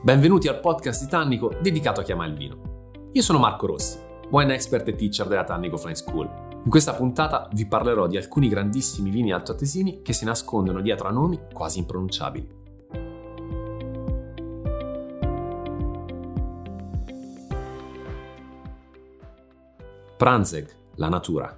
Benvenuti al podcast di Tannico dedicato a chi ama il vino. Io sono Marco Rossi, wine expert e teacher della Tannico Flying School. In questa puntata vi parlerò di alcuni grandissimi vini altoatesini che si nascondono dietro a nomi quasi impronunciabili. Pranzeg, la natura.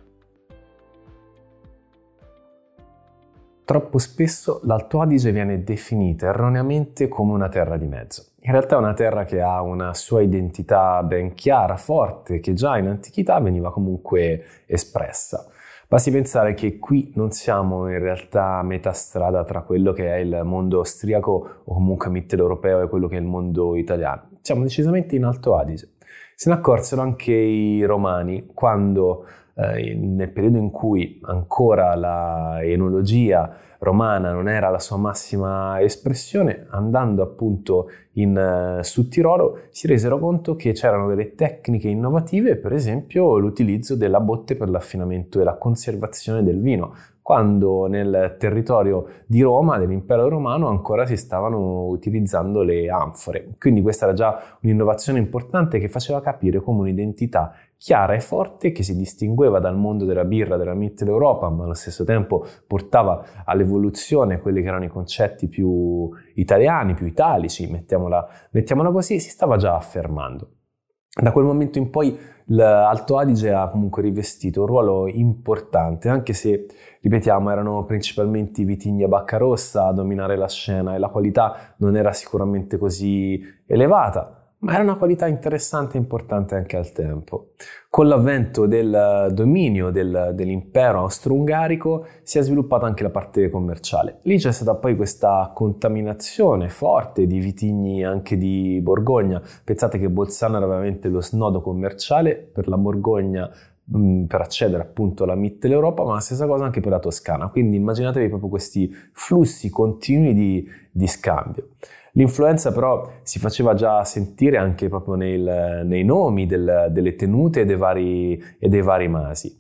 Troppo spesso l'Alto Adige viene definita erroneamente come una terra di mezzo. In realtà è una terra che ha una sua identità ben chiara, forte, che già in antichità veniva comunque espressa. Basti pensare che qui non siamo in realtà a metà strada tra quello che è il mondo austriaco o comunque mitteleuropeo e quello che è il mondo italiano. Siamo decisamente in Alto Adige. Se ne accorsero anche i romani quando nel periodo in cui ancora la enologia romana non era la sua massima espressione, andando appunto in Sudtirolo si resero conto che c'erano delle tecniche innovative, per esempio l'utilizzo della botte per l'affinamento e la conservazione del vino, quando nel territorio di Roma, dell'impero romano, ancora si stavano utilizzando le anfore. Quindi questa era già un'innovazione importante che faceva capire come un'identità chiara e forte che si distingueva dal mondo della birra della Mitteleuropa, ma allo stesso tempo portava all'evoluzione quelli che erano i concetti più italiani, più italici, mettiamola così, si stava già affermando. Da quel momento in poi l'Alto Adige ha comunque rivestito un ruolo importante, anche se, ripetiamo, erano principalmente i vitigni a bacca rossa a dominare la scena e la qualità non era sicuramente così elevata, ma era una qualità interessante e importante anche al tempo. Con l'avvento del dominio dell'impero austro-ungarico si è sviluppata anche la parte commerciale. Lì c'è stata poi questa contaminazione forte di vitigni anche di Borgogna. Pensate che Bolzano era veramente lo snodo commerciale per la Borgogna per accedere appunto alla Mitteleuropa, ma la stessa cosa anche per la Toscana. Quindi immaginatevi proprio questi flussi continui di scambio. L'influenza però si faceva già sentire anche proprio nei nomi delle tenute e dei vari masi.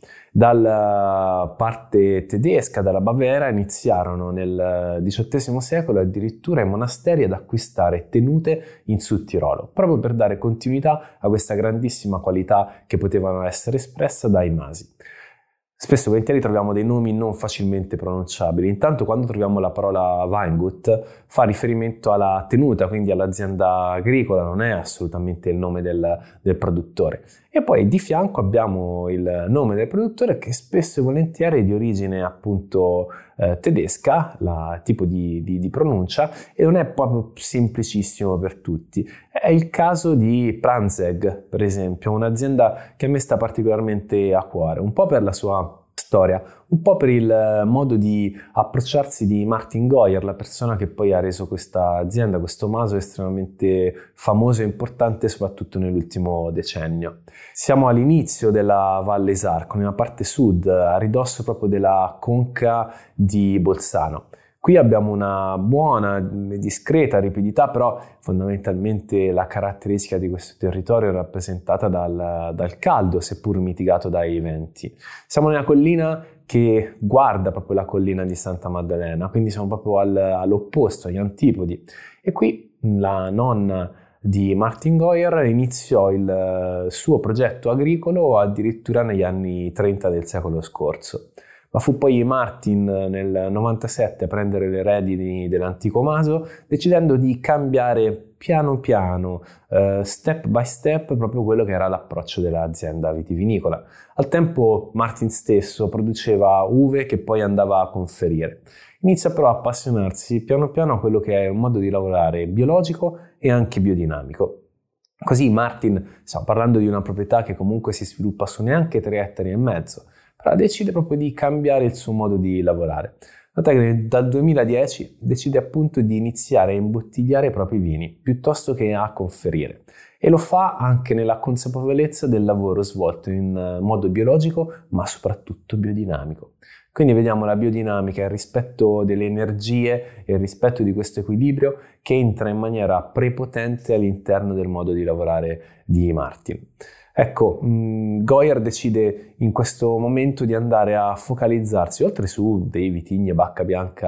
Dalla parte tedesca, dalla Baviera, iniziarono nel XVIII secolo addirittura i monasteri ad acquistare tenute in Sudtirolo, proprio per dare continuità a questa grandissima qualità che potevano essere espressa dai masi. Spesso e volentieri troviamo dei nomi non facilmente pronunciabili. Intanto quando troviamo la parola Weingut fa riferimento alla tenuta, quindi all'azienda agricola, non è assolutamente il nome del produttore. E poi di fianco abbiamo il nome del produttore che spesso e volentieri è di origine appunto tedesca, la tipo di pronuncia, e non è proprio semplicissimo per tutti. È il caso di Pranzeg, per esempio, un'azienda che a me sta particolarmente a cuore, un po' per la sua storia, un po' per il modo di approcciarsi di Martin Goyer, la persona che poi ha reso questa azienda, questo maso estremamente famoso e importante soprattutto nell'ultimo decennio. Siamo all'inizio della Valle Isarco, nella parte sud, a ridosso proprio della conca di Bolzano. Qui abbiamo una buona e discreta ripidità, però fondamentalmente la caratteristica di questo territorio è rappresentata dal caldo, seppur mitigato dai venti. Siamo nella collina che guarda proprio la collina di Santa Maddalena, quindi siamo proprio all'opposto, agli antipodi. E qui la nonna di Martin Goyer iniziò il suo progetto agricolo addirittura negli anni 30 del secolo scorso. Ma fu poi Martin nel 97 a prendere le redini dell'antico maso, decidendo di cambiare piano piano, step by step, proprio quello che era l'approccio dell'azienda vitivinicola. Al tempo Martin stesso produceva uve che poi andava a conferire. Inizia però a appassionarsi piano piano a quello che è un modo di lavorare biologico e anche biodinamico. Così Martin, stiamo parlando di una proprietà che comunque si sviluppa su neanche 3,5 ettari, però decide proprio di cambiare il suo modo di lavorare. Notate che dal 2010 decide appunto di iniziare a imbottigliare i propri vini piuttosto che a conferire, e lo fa anche nella consapevolezza del lavoro svolto in modo biologico ma soprattutto biodinamico. Quindi vediamo la biodinamica, il rispetto delle energie e il rispetto di questo equilibrio che entra in maniera prepotente all'interno del modo di lavorare di Martin. Ecco, Goyer decide in questo momento di andare a focalizzarsi, oltre su dei vitigni e bacca bianca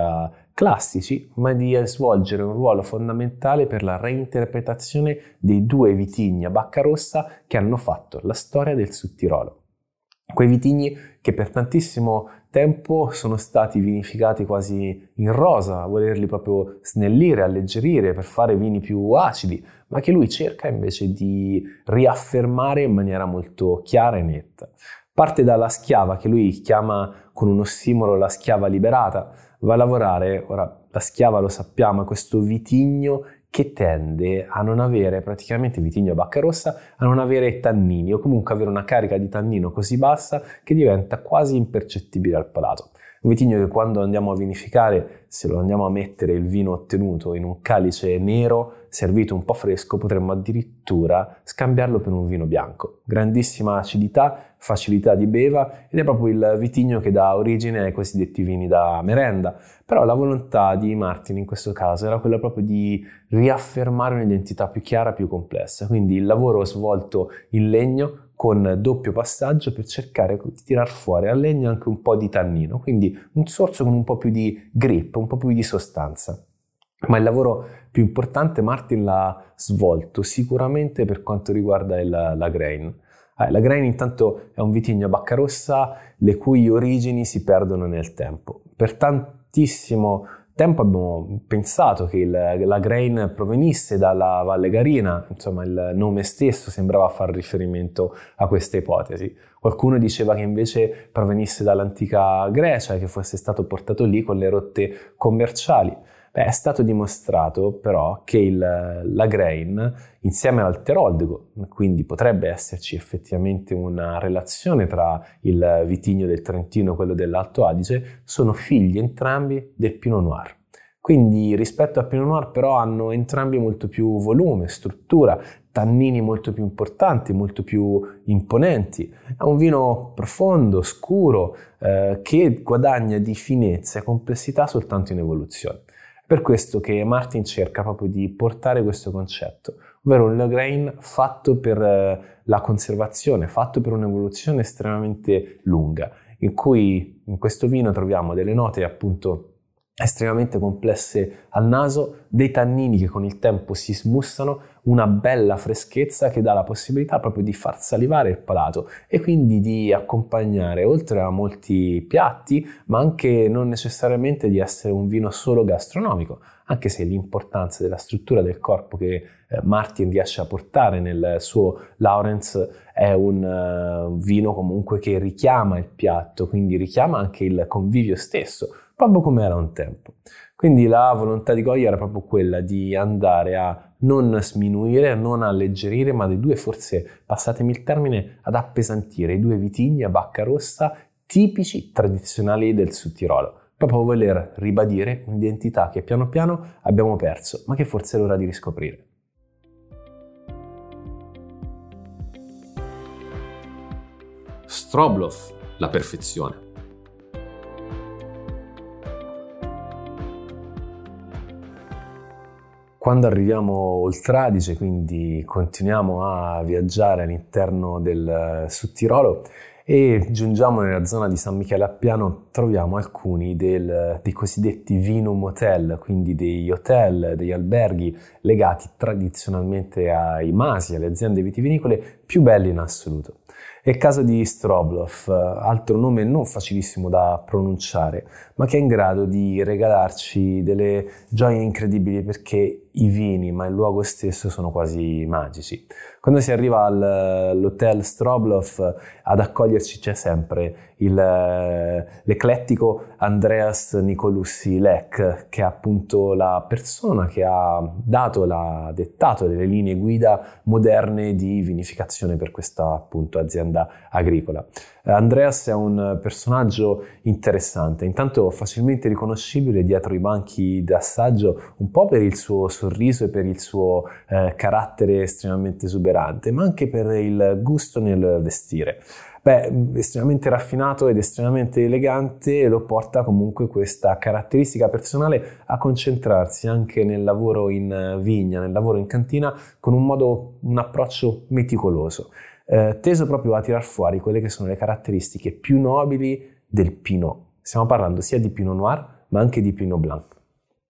classici, ma di svolgere un ruolo fondamentale per la reinterpretazione dei due vitigni a bacca rossa che hanno fatto la storia del Sudtirolo. Quei vitigni che per tantissimo tempo sono stati vinificati quasi in rosa, a volerli proprio snellire, alleggerire per fare vini più acidi, ma che lui cerca invece di riaffermare in maniera molto chiara e netta. Parte dalla schiava, che lui chiama con un ossimoro la schiava liberata, va a lavorare, ora la schiava lo sappiamo, è questo vitigno che tende a non avere, praticamente vitigno a bacca rossa, a non avere tannini o comunque avere una carica di tannino così bassa che diventa quasi impercettibile al palato. Un vitigno che quando andiamo a vinificare, se lo andiamo a mettere il vino ottenuto in un calice nero, servito un po' fresco, potremmo addirittura scambiarlo per un vino bianco. Grandissima acidità, facilità di beva ed è proprio il vitigno che dà origine ai cosiddetti vini da merenda. Però la volontà di Martin in questo caso era quella proprio di riaffermare un'identità più chiara, più complessa. Quindi il lavoro svolto in legno con doppio passaggio per cercare di tirar fuori al legno anche un po' di tannino, quindi un sorso con un po' più di grip, un po' più di sostanza. Ma il lavoro più importante Martin l'ha svolto sicuramente per quanto riguarda la grain. La grain intanto è un vitigno a bacca rossa le cui origini si perdono nel tempo. Per tantissimo tempo abbiamo pensato che la grain provenisse dalla Valle Garina, insomma il nome stesso sembrava far riferimento a questa ipotesi. Qualcuno diceva che invece provenisse dall'antica Grecia e che fosse stato portato lì con le rotte commerciali. È stato dimostrato però che la grain insieme al teroldego, quindi potrebbe esserci effettivamente una relazione tra il vitigno del Trentino e quello dell'Alto Adige, sono figli entrambi del Pinot Noir. Quindi rispetto al Pinot Noir però hanno entrambi molto più volume, struttura, tannini molto più importanti, molto più imponenti. È un vino profondo, scuro, che guadagna di finezza e complessità soltanto in evoluzione. Per questo che Martin cerca proprio di portare questo concetto, ovvero un grain fatto per la conservazione, fatto per un'evoluzione estremamente lunga, in cui in questo vino troviamo delle note appunto estremamente complesse al naso, dei tannini che con il tempo si smussano, una bella freschezza che dà la possibilità proprio di far salivare il palato e quindi di accompagnare oltre a molti piatti, ma anche non necessariamente di essere un vino solo gastronomico, anche se l'importanza della struttura del corpo che Martin riesce a portare nel suo Laurens è un vino comunque che richiama il piatto, quindi richiama anche il convivio stesso, proprio come era un tempo. Quindi la volontà di Goya era proprio quella di andare a non sminuire, a non alleggerire, ma dei due forse, passatemi il termine, ad appesantire i due vitigni a bacca rossa tipici, tradizionali del Sudtirolo. Proprio voler ribadire un'identità che piano piano abbiamo perso, ma che forse è l'ora di riscoprire. Stroblov, la perfezione. Quando arriviamo oltre Adige, quindi continuiamo a viaggiare all'interno del Sudtirolo e giungiamo nella zona di San Michele Appiano, troviamo alcuni dei cosiddetti Vinum Hotel, quindi degli hotel, degli alberghi legati tradizionalmente ai masi, alle aziende vitivinicole più belli in assoluto. È il caso di Stroblov, altro nome non facilissimo da pronunciare, ma che è in grado di regalarci delle gioie incredibili perché i vini, ma il luogo stesso sono quasi magici. Quando si arriva all'hotel Stroblov, ad accoglierci c'è sempre l'eclettico Andreas Nicolussi Lec, che è appunto la persona che ha dettato delle linee guida moderne di vinificazione per questa appunto azienda agricola. Andreas è un personaggio interessante, intanto facilmente riconoscibile dietro i banchi d'assaggio, un po' per il suo sorriso e per il suo carattere estremamente esuberante, ma anche per il gusto nel vestire. Estremamente raffinato ed estremamente elegante, lo porta comunque questa caratteristica personale a concentrarsi anche nel lavoro in vigna, nel lavoro in cantina, con un approccio meticoloso, teso proprio a tirar fuori quelle che sono le caratteristiche più nobili del Pinot. Stiamo parlando sia di Pinot Noir, ma anche di Pinot Blanc.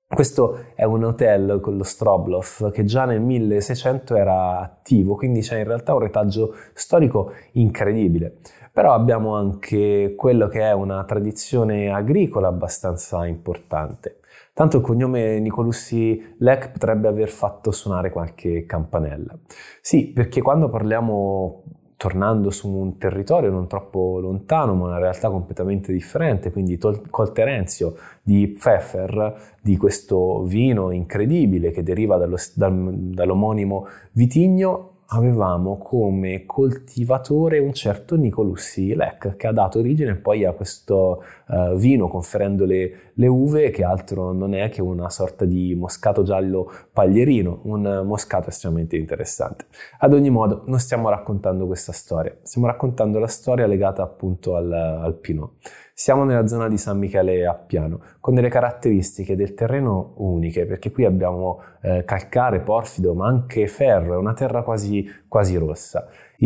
Questo è un hotel con lo Stroblov che già nel 1600 era attivo, quindi c'è in realtà un retaggio storico incredibile. Però abbiamo anche quello che è una tradizione agricola abbastanza importante. Tanto il cognome Nicolussi Lec potrebbe aver fatto suonare qualche campanella. Sì, perché quando parliamo, tornando su un territorio non troppo lontano, ma una realtà completamente differente, quindi Col Terenzio di Pfeffer, di questo vino incredibile che deriva dall'omonimo vitigno, avevamo come coltivatore un certo Nicolussi Lec, che ha dato origine poi a questo vino, conferendo le uve, che altro non è che una sorta di moscato giallo paglierino, un moscato estremamente interessante. Ad ogni modo, non stiamo raccontando questa storia, stiamo raccontando la storia legata appunto al Pinot. Siamo nella zona di San Michele a Piano, con delle caratteristiche del terreno uniche, perché qui abbiamo calcare, porfido, ma anche ferro, è una terra quasi rossa.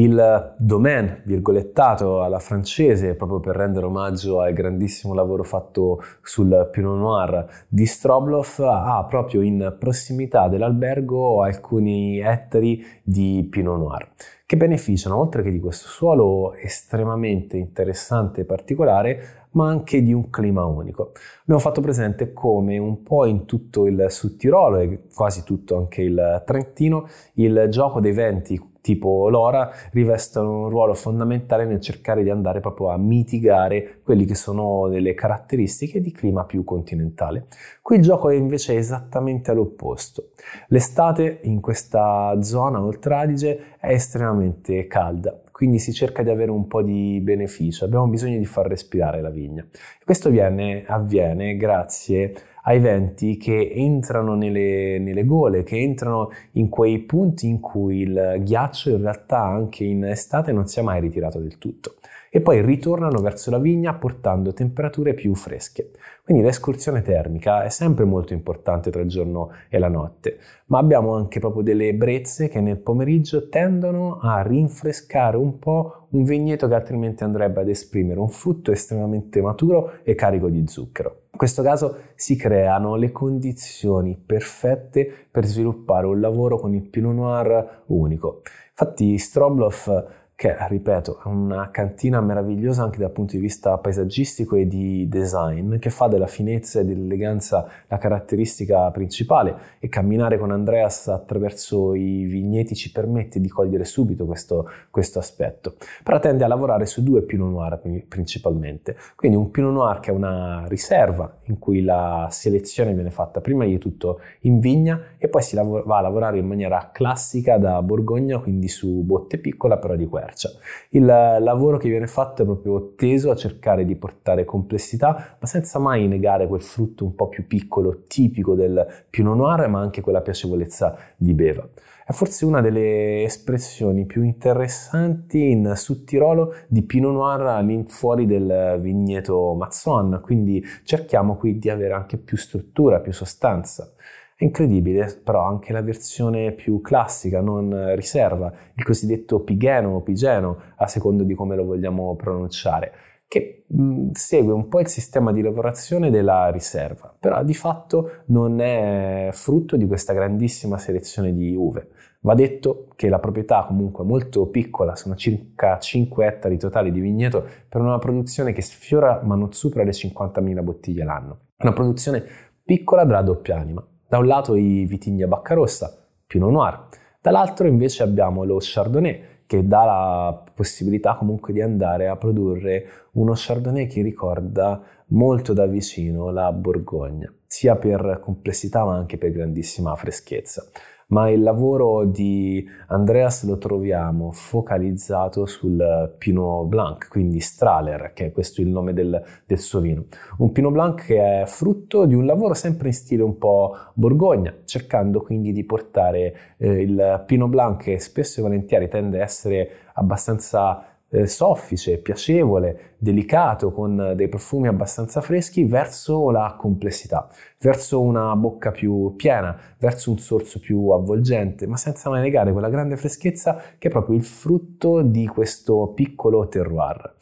Il domaine, virgolettato alla francese, proprio per rendere omaggio al grandissimo lavoro fatto sul Pinot Noir di Stroblov, ha proprio in prossimità dell'albergo alcuni ettari di Pinot Noir, che beneficiano, oltre che di questo suolo estremamente interessante e particolare, ma anche di un clima unico. Abbiamo fatto presente come un po' in tutto il Sud Tirolo e quasi tutto anche il Trentino, il gioco dei venti tipo l'ora rivestono un ruolo fondamentale nel cercare di andare proprio a mitigare quelli che sono delle caratteristiche di clima più continentale. Qui il gioco è invece esattamente all'opposto. L'estate in questa zona Oltre Adige è estremamente calda, quindi si cerca di avere un po' di beneficio, abbiamo bisogno di far respirare la vigna. Questo avviene grazie ai venti che entrano nelle gole, che entrano in quei punti in cui il ghiaccio in realtà anche in estate non si è mai ritirato del tutto, e poi ritornano verso la vigna portando temperature più fresche. Quindi l'escursione termica è sempre molto importante tra il giorno e la notte, ma abbiamo anche proprio delle ebbrezze che nel pomeriggio tendono a rinfrescare un po' un vigneto che altrimenti andrebbe ad esprimere un frutto estremamente maturo e carico di zucchero. In questo caso si creano le condizioni perfette per sviluppare un lavoro con il Pinot Noir unico. Infatti Stroblov, che ripeto è una cantina meravigliosa anche dal punto di vista paesaggistico e di design, che fa della finezza e dell'eleganza la caratteristica principale, e camminare con Andreas attraverso i vigneti ci permette di cogliere subito questo aspetto. Però tende a lavorare su due Pinot Noir principalmente, quindi un Pinot Noir che è una riserva in cui la selezione viene fatta prima di tutto in vigna e poi si va a lavorare in maniera classica da Borgogna, quindi su botte piccola però di quercia. Il lavoro che viene fatto è proprio teso a cercare di portare complessità, ma senza mai negare quel frutto un po' più piccolo tipico del Pinot Noir, ma anche quella piacevolezza di beva. È forse una delle espressioni più interessanti in Sud Tirolo di Pinot Noir all'infuori del vigneto Mazzon, quindi cerchiamo qui di avere anche più struttura, più sostanza. È incredibile, però anche la versione più classica, non riserva, il cosiddetto Pigeno o Pigeno, a secondo di come lo vogliamo pronunciare, che segue un po' il sistema di lavorazione della riserva, però di fatto non è frutto di questa grandissima selezione di uve. Va detto che la proprietà comunque è molto piccola, sono circa 5 ettari totali di vigneto per una produzione che sfiora ma non supera le 50.000 bottiglie l'anno. Una produzione piccola della doppia anima. Da un lato i vitigni a bacca rossa, Pinot Noir, dall'altro invece abbiamo lo Chardonnay, che dà la possibilità comunque di andare a produrre uno Chardonnay che ricorda molto da vicino la Borgogna, sia per complessità ma anche per grandissima freschezza. Ma il lavoro di Andreas lo troviamo focalizzato sul Pinot Blanc, quindi Strahler, che è questo il nome del suo vino. Un Pinot Blanc che è frutto di un lavoro sempre in stile un po' Borgogna, cercando quindi di portare il Pinot Blanc, che spesso e volentieri tende a essere abbastanza soffice, piacevole, delicato, con dei profumi abbastanza freschi, verso la complessità, verso una bocca più piena, verso un sorso più avvolgente, ma senza mai negare quella grande freschezza che è proprio il frutto di questo piccolo terroir.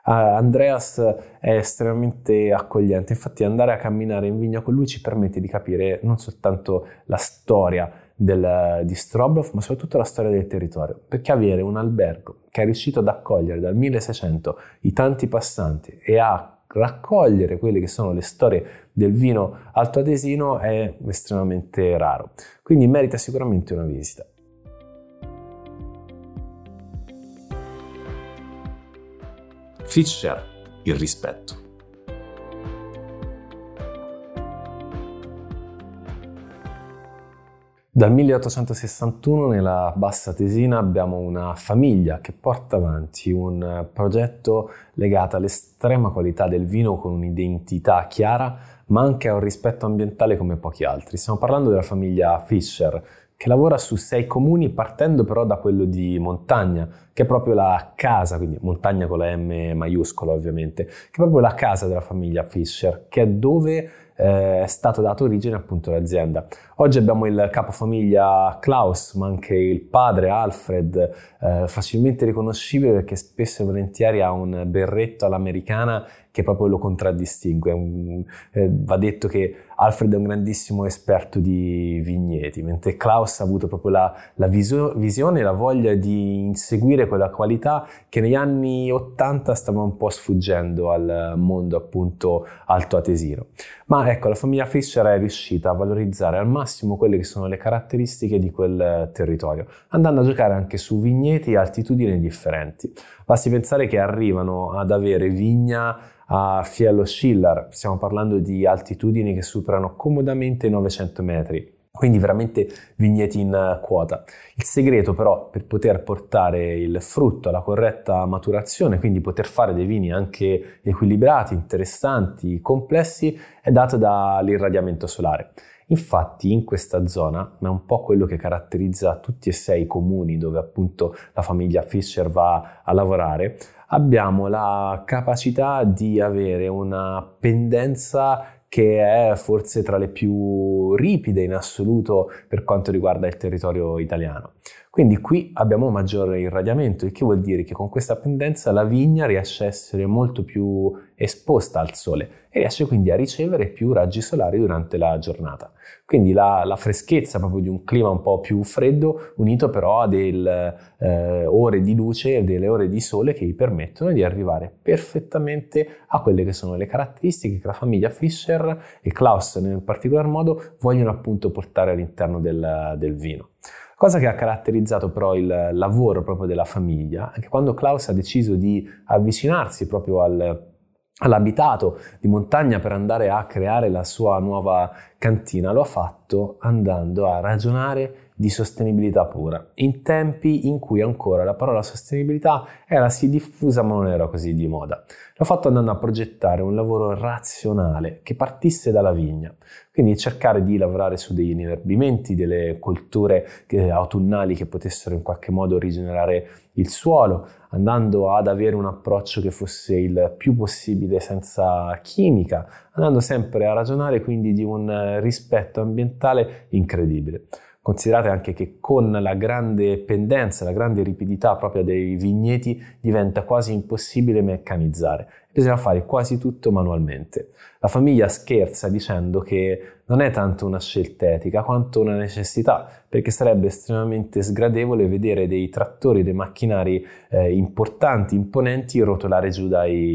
Andreas è estremamente accogliente, infatti andare a camminare in vigna con lui ci permette di capire non soltanto la storia di Strobrov, ma soprattutto la storia del territorio, perché avere un albergo che è riuscito ad accogliere dal 1600 i tanti passanti e a raccogliere quelle che sono le storie del vino altoatesino è estremamente raro, quindi merita sicuramente una visita. Fischer, il rispetto. Dal 1861 nella Bassa Atesina abbiamo una famiglia che porta avanti un progetto legato all'estrema qualità del vino con un'identità chiara, ma anche a un rispetto ambientale come pochi altri. Stiamo parlando della famiglia Fischer, che lavora su 6 comuni partendo però da quello di Montagna, che è proprio la casa, quindi Montagna con la M maiuscola ovviamente, che è proprio la casa della famiglia Fischer, che è dove è stato dato origine appunto all'azienda. Oggi abbiamo il capofamiglia Klaus, ma anche il padre Alfred, facilmente riconoscibile perché spesso e volentieri ha un berretto all'americana che proprio lo contraddistingue. Va detto che Alfred è un grandissimo esperto di vigneti, mentre Klaus ha avuto proprio la visione e la voglia di inseguire quella qualità che negli anni 80 stava un po' sfuggendo al mondo appunto altoatesino. Ma ecco, la famiglia Fischer è riuscita a valorizzare al massimo quelle che sono le caratteristiche di quel territorio, andando a giocare anche su vigneti e altitudini differenti. Basti pensare che arrivano ad avere vigna a Fiello-Schiller, stiamo parlando di altitudini che superano comodamente i 900 metri, quindi veramente vigneti in quota. Il segreto però per poter portare il frutto alla corretta maturazione, quindi poter fare dei vini anche equilibrati, interessanti, complessi, è dato dall'irradiamento solare. Infatti in questa zona, ma è un po' quello che caratterizza tutti e 6 i comuni dove appunto la famiglia Fischer va a lavorare, abbiamo la capacità di avere una pendenza che è forse tra le più ripide in assoluto per quanto riguarda il territorio italiano. Quindi qui abbiamo maggiore irradiamento, il che vuol dire che con questa pendenza la vigna riesce a essere molto più esposta al sole e riesce quindi a ricevere più raggi solari durante la giornata. Quindi la freschezza proprio di un clima un po' più freddo, unito però a delle ore di luce e delle ore di sole che gli permettono di arrivare perfettamente a quelle che sono le caratteristiche che la famiglia Fischer e Klaus nel particolar modo vogliono appunto portare all'interno del vino. Cosa che ha caratterizzato però il lavoro proprio della famiglia è che quando Klaus ha deciso di avvicinarsi proprio all'abitato di Montagna per andare a creare la sua nuova cantina, lo ha fatto andando a ragionare di sostenibilità pura, in tempi in cui ancora la parola sostenibilità era sì diffusa ma non era così di moda. L'ha fatto andando a progettare un lavoro razionale che partisse dalla vigna, quindi cercare di lavorare su degli inerbimenti, delle colture autunnali che potessero in qualche modo rigenerare il suolo, andando ad avere un approccio che fosse il più possibile senza chimica, andando sempre a ragionare quindi di un rispetto ambientale incredibile. Considerate anche che con la grande pendenza, la grande ripidità propria dei vigneti diventa quasi impossibile meccanizzare. Bisogna fare quasi tutto manualmente. La famiglia scherza dicendo che non è tanto una scelta etica quanto una necessità, perché sarebbe estremamente sgradevole vedere dei trattori, dei macchinari importanti, imponenti rotolare giù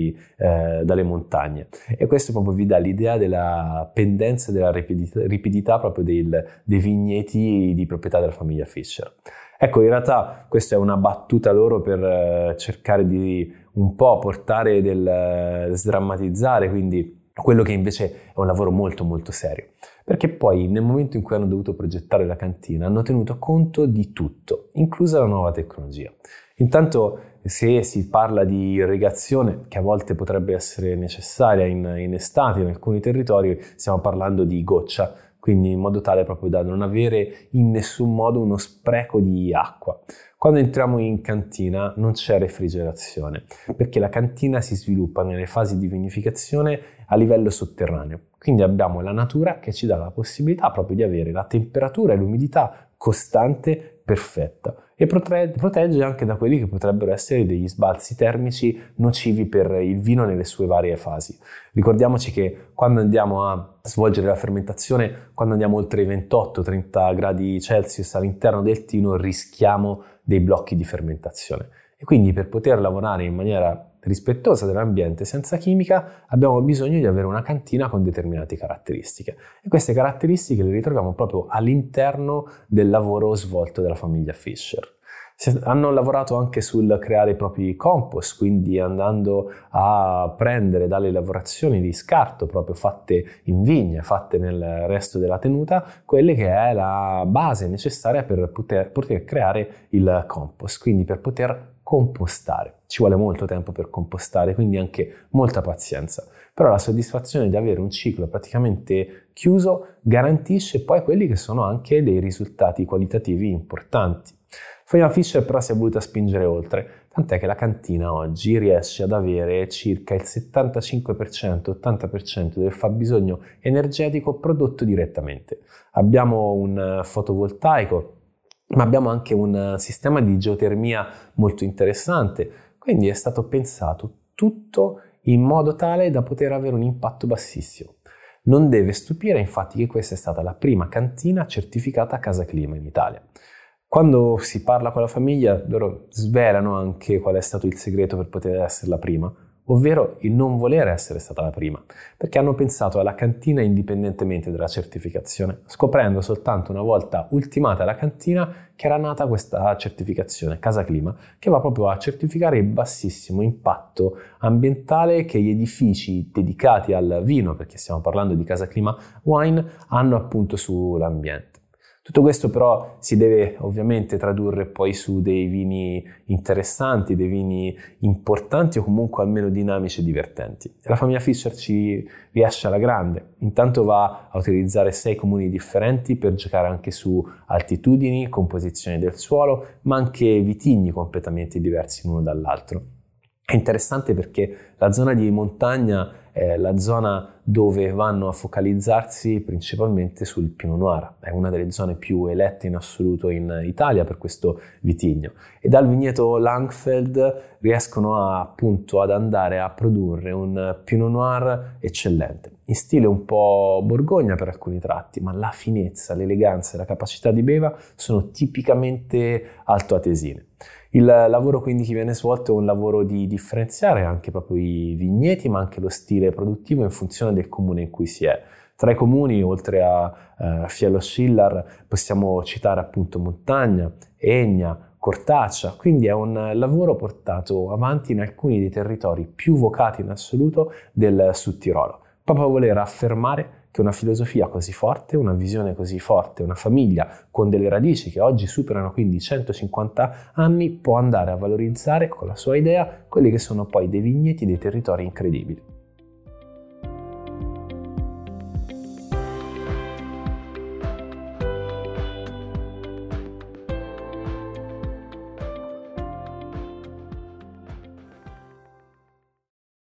dalle montagne. E questo proprio vi dà l'idea della pendenza e della ripidità proprio dei vigneti di proprietà della famiglia Fischer. Ecco, in realtà questa è una battuta loro per cercare di un po' portare sdrammatizzare, quindi quello che invece è un lavoro molto molto serio, perché poi nel momento in cui hanno dovuto progettare la cantina hanno tenuto conto di tutto, inclusa la nuova tecnologia. Intanto se si parla di irrigazione, che a volte potrebbe essere necessaria in estate in alcuni territori, stiamo parlando di goccia, quindi in modo tale proprio da non avere in nessun modo uno spreco di acqua. Quando entriamo in cantina non c'è refrigerazione, perché la cantina si sviluppa nelle fasi di vinificazione a livello sotterraneo. Quindi abbiamo la natura che ci dà la possibilità proprio di avere la temperatura e l'umidità costante perfetta e protegge anche da quelli che potrebbero essere degli sbalzi termici nocivi per il vino nelle sue varie fasi. Ricordiamoci che quando andiamo a svolgere la fermentazione, quando andiamo oltre i 28-30 gradi Celsius all'interno del tino, rischiamo dei blocchi di fermentazione. E quindi per poter lavorare in maniera rispettosa dell'ambiente senza chimica abbiamo bisogno di avere una cantina con determinate caratteristiche e queste caratteristiche le ritroviamo proprio all'interno del lavoro svolto dalla famiglia Fischer. Hanno lavorato anche sul creare i propri compost, quindi andando a prendere dalle lavorazioni di scarto proprio fatte in vigna, fatte nel resto della tenuta, quelle che è la base necessaria per poter creare il compost, quindi per poter compostare. Ci vuole molto tempo per compostare, quindi anche molta pazienza. Però la soddisfazione di avere un ciclo praticamente chiuso garantisce poi quelli che sono anche dei risultati qualitativi importanti. Famiglia Fischer però si è voluta spingere oltre, tant'è che la cantina oggi riesce ad avere circa il 75%-80% del fabbisogno energetico prodotto direttamente. Abbiamo un fotovoltaico, ma abbiamo anche un sistema di geotermia molto interessante, quindi è stato pensato tutto in modo tale da poter avere un impatto bassissimo. Non deve stupire infatti che questa è stata la prima cantina certificata Casa Clima in Italia. Quando si parla con la famiglia, loro svelano anche qual è stato il segreto per poter essere la prima, ovvero il non voler essere stata la prima, perché hanno pensato alla cantina indipendentemente dalla certificazione, scoprendo soltanto una volta ultimata la cantina che era nata questa certificazione Casa Clima, che va proprio a certificare il bassissimo impatto ambientale che gli edifici dedicati al vino, perché stiamo parlando di Casa Clima Wine, hanno appunto sull'ambiente. Tutto questo però si deve ovviamente tradurre poi su dei vini interessanti, dei vini importanti o comunque almeno dinamici e divertenti. E la famiglia Fischer ci riesce alla grande. Intanto va a utilizzare 6 comuni differenti per giocare anche su altitudini, composizione del suolo, ma anche vitigni completamente diversi l'uno dall'altro. È interessante perché la zona di montagna è la zona dove vanno a focalizzarsi principalmente sul Pinot Noir, è una delle zone più elette in assoluto in Italia per questo vitigno e dal vigneto Langfeld riescono appunto ad andare a produrre un Pinot Noir eccellente, in stile un po' Borgogna per alcuni tratti, ma la finezza, l'eleganza e la capacità di beva sono tipicamente altoatesine. Il lavoro quindi che viene svolto è un lavoro di differenziare anche proprio i vigneti, ma anche lo stile produttivo in funzione del comune in cui si è. Tra i comuni, oltre a Fiello Schiller, possiamo citare appunto Montagna, Egna, Cortaccia, quindi è un lavoro portato avanti in alcuni dei territori più vocati in assoluto del Sud Tirolo, proprio a voler affermare che una filosofia così forte, una visione così forte, una famiglia con delle radici che oggi superano quindi 150 anni può andare a valorizzare con la sua idea quelli che sono poi dei vigneti, dei territori incredibili.